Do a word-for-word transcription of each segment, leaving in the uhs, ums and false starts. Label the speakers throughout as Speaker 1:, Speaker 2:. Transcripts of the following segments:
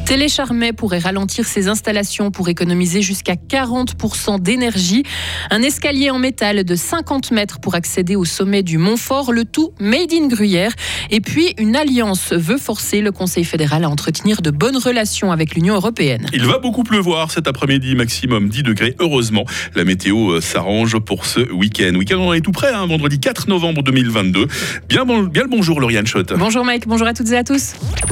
Speaker 1: Télécharmet pourrait ralentir ses installations pour économiser jusqu'à quarante pour cent d'énergie. Un escalier en métal de cinquante mètres pour accéder au sommet du Montfort, le tout made in Gruyère. Et puis, une alliance veut forcer le Conseil fédéral à entretenir de bonnes relations avec l'Union européenne.
Speaker 2: Il va beaucoup pleuvoir cet après-midi, maximum dix degrés. Heureusement, la météo s'arrange pour ce week-end. Week-end, on est tout prêt, hein, vendredi quatre novembre deux mille vingt-deux. Bien, bon, bien le bonjour, Lauriane Schott.
Speaker 1: Bonjour Mike, bonjour à toutes et à tous.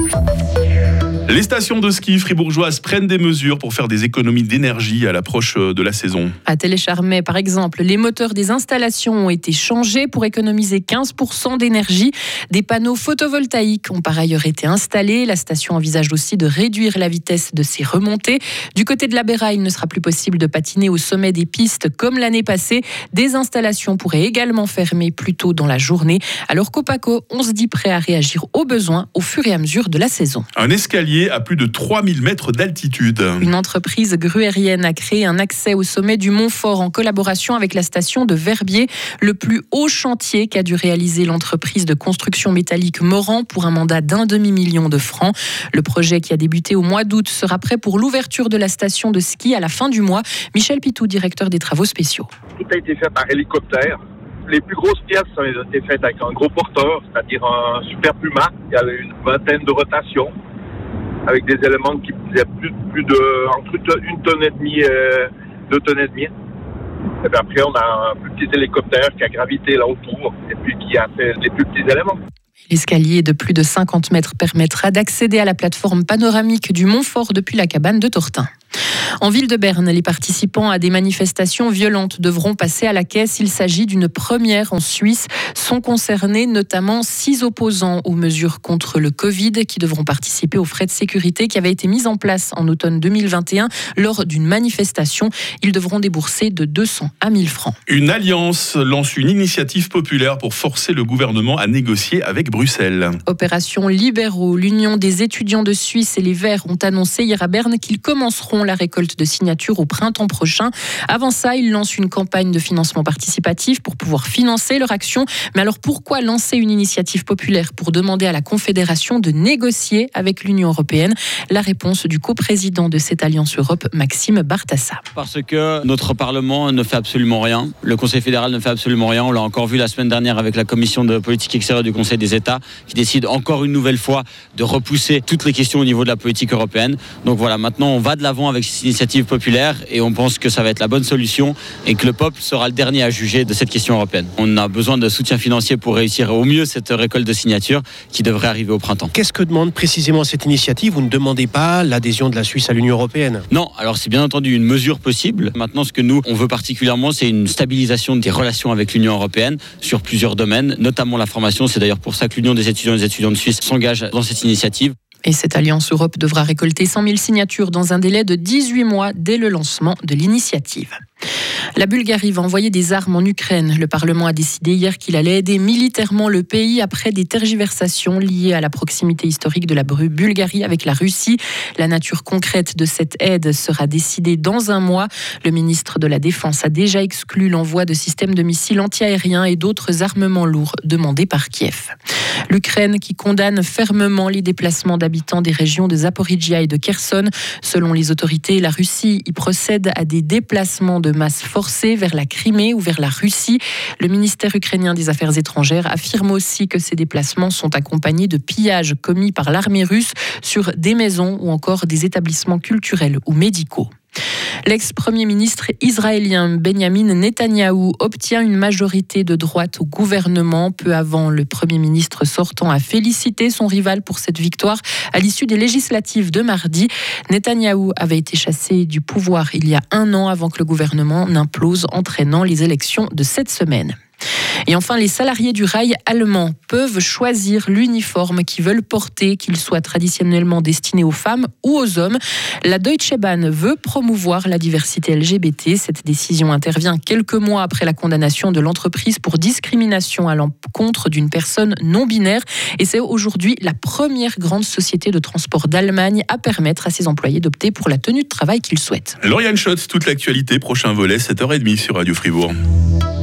Speaker 2: Les stations de ski fribourgeoises prennent des mesures pour faire des économies d'énergie à l'approche de la saison.
Speaker 1: À Télécharmet, par exemple, les moteurs des installations ont été changés pour économiser quinze pour cent d'énergie. Des panneaux photovoltaïques ont par ailleurs été installés. La station envisage aussi de réduire la vitesse de ses remontées. Du côté de la Béra, il ne sera plus possible de patiner au sommet des pistes comme l'année passée. Des installations pourraient également fermer plus tôt dans la journée. Alors qu'au PACO, on se dit prêt à réagir aux besoins au fur et à mesure de la saison.
Speaker 2: Un escalier à plus de trois mille mètres d'altitude.
Speaker 1: Une entreprise gruérienne a créé un accès au sommet du Montfort en collaboration avec la station de Verbier, le plus haut chantier qu'a dû réaliser l'entreprise de construction métallique Morand pour un mandat d'un demi-million de francs. Le projet qui a débuté au mois d'août sera prêt pour l'ouverture de la station de ski à la fin du mois. Michel Pitou, directeur des travaux spéciaux.
Speaker 3: Tout a été fait par hélicoptère. Les plus grosses pièces ont été faites avec un gros porteur, c'est-à-dire un super Puma. Il y a une vingtaine de rotations, avec des éléments qui faisaient plus, plus de, entre une tonne et demie, euh, deux tonnes et demie. Et puis après, on a un plus petit hélicoptère qui a gravité là autour, et puis qui a fait des plus petits éléments.
Speaker 1: L'escalier de plus de cinquante mètres permettra d'accéder à la plateforme panoramique du Montfort depuis la cabane de Tortin. En ville de Berne, les participants à des manifestations violentes devront passer à la caisse. Il s'agit d'une première en Suisse. Sont concernés notamment six opposants aux mesures contre le Covid qui devront participer aux frais de sécurité qui avaient été mis en place en automne deux mille vingt et un lors d'une manifestation. Ils devront débourser de deux cents à mille francs.
Speaker 2: Une alliance lance une initiative populaire pour forcer le gouvernement à négocier avec Bruxelles.
Speaker 1: Opération Libéraux, l'Union des étudiants de Suisse et les Verts ont annoncé hier à Berne qu'ils commenceront la récolte de signatures au printemps prochain. Avant ça, ils lancent une campagne de financement participatif pour pouvoir financer leur action. Mais alors pourquoi lancer une initiative populaire pour demander à la Confédération de négocier avec l'Union européenne? La réponse du coprésident de cette Alliance Europe, Maxime Bartassa.
Speaker 4: Parce que notre Parlement ne fait absolument rien. Le Conseil fédéral ne fait absolument rien. On l'a encore vu la semaine dernière avec la Commission de politique extérieure du Conseil des États qui décide encore une nouvelle fois de repousser toutes les questions au niveau de la politique européenne. Donc voilà, maintenant on va de l'avant avec cette initiative populaire et on pense que ça va être la bonne solution et que le peuple sera le dernier à juger de cette question européenne. On a besoin de soutien financier pour réussir au mieux cette récolte de signatures qui devrait arriver au printemps.
Speaker 5: Qu'est-ce que demande précisément cette initiative? Vous ne demandez pas l'adhésion de la Suisse à l'Union européenne?
Speaker 4: Non, alors c'est bien entendu une mesure possible. Maintenant, ce que nous, on veut particulièrement, c'est une stabilisation des relations avec l'Union européenne sur plusieurs domaines, notamment la formation. C'est d'ailleurs pour ça que l'Union des étudiants et des étudiantes suisses s'engage dans cette initiative.
Speaker 1: Et cette Alliance Europe devra récolter cent mille signatures dans un délai de dix-huit mois dès le lancement de l'initiative. La Bulgarie va envoyer des armes en Ukraine. Le Parlement a décidé hier qu'il allait aider militairement le pays après des tergiversations liées à la proximité historique de la Bulgarie avec la Russie. La nature concrète de cette aide sera décidée dans un mois. Le ministre de la Défense a déjà exclu l'envoi de systèmes de missiles antiaériens et d'autres armements lourds demandés par Kiev. L'Ukraine qui condamne fermement les déplacements d'habitants des régions de Zaporijia et de Kherson. Selon les autorités, la Russie y procède à des déplacements de masse forcés vers la Crimée ou vers la Russie. Le ministère ukrainien des Affaires étrangères affirme aussi que ces déplacements sont accompagnés de pillages commis par l'armée russe sur des maisons ou encore des établissements culturels ou médicaux. L'ex-premier ministre israélien Benjamin Netanyahou obtient une majorité de droite au gouvernement. Peu avant, le premier ministre sortant a félicité son rival pour cette victoire à l'issue des législatives de mardi. Netanyahou avait été chassé du pouvoir il y a un an avant que le gouvernement n'implose, entraînant les élections de cette semaine. Et enfin, les salariés du rail allemand peuvent choisir l'uniforme qu'ils veulent porter, qu'il soit traditionnellement destiné aux femmes ou aux hommes. La Deutsche Bahn veut promouvoir la diversité L G B T. Cette décision intervient quelques mois après la condamnation de l'entreprise pour discrimination à l'encontre d'une personne non binaire. Et c'est aujourd'hui la première grande société de transport d'Allemagne à permettre à ses employés d'opter pour la tenue de travail qu'ils souhaitent.
Speaker 2: Lauriane Schott, toute l'actualité, prochain volet, sept heures trente sur Radio Fribourg.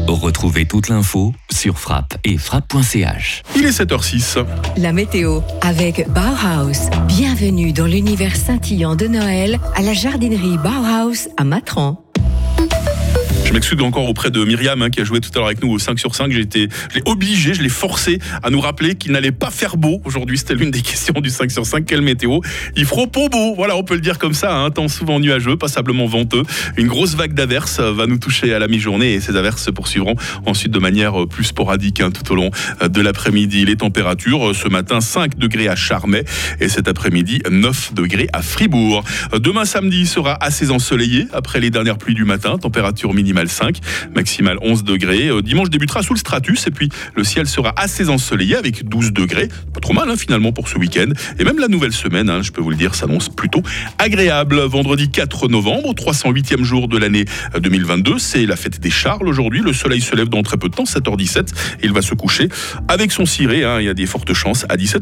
Speaker 6: Retrouvez toute l'info sur frappe et frappe point c h.
Speaker 2: Il est sept heures six.
Speaker 7: La météo avec Bauhaus. Bienvenue dans l'univers scintillant de Noël à la jardinerie Bauhaus à Matran.
Speaker 2: Je m'excuse encore auprès de Myriam hein, qui a joué tout à l'heure avec nous au cinq sur cinq. J'ai été, je l'ai obligé, je l'ai forcé à nous rappeler qu'il n'allait pas faire beau aujourd'hui. C'était l'une des questions du cinq sur cinq. Quelle météo? Il fera pas beau. Voilà, on peut le dire comme ça. Un hein, temps souvent nuageux, passablement venteux. Une grosse vague d'averses va nous toucher à la mi-journée et ces averses se poursuivront ensuite de manière plus sporadique hein, tout au long de l'après-midi. Les températures, ce matin, cinq degrés à Charmey et cet après-midi, neuf degrés à Fribourg. Demain samedi sera assez ensoleillé après les dernières pluies du matin. Température minimale cinq, maximale onze degrés. Dimanche débutera sous le stratus et puis le ciel sera assez ensoleillé avec douze degrés. Pas trop mal hein, finalement pour ce week-end. Et même la nouvelle semaine, hein, je peux vous le dire, s'annonce plutôt agréable. Vendredi quatre novembre, trois cent huitième jour de l'année deux mille vingt-deux. C'est la fête des Charles aujourd'hui. Le soleil se lève dans très peu de temps, sept heures dix-sept. Et il va se coucher avec son ciré. Hein, il y a des fortes chances à dix-sept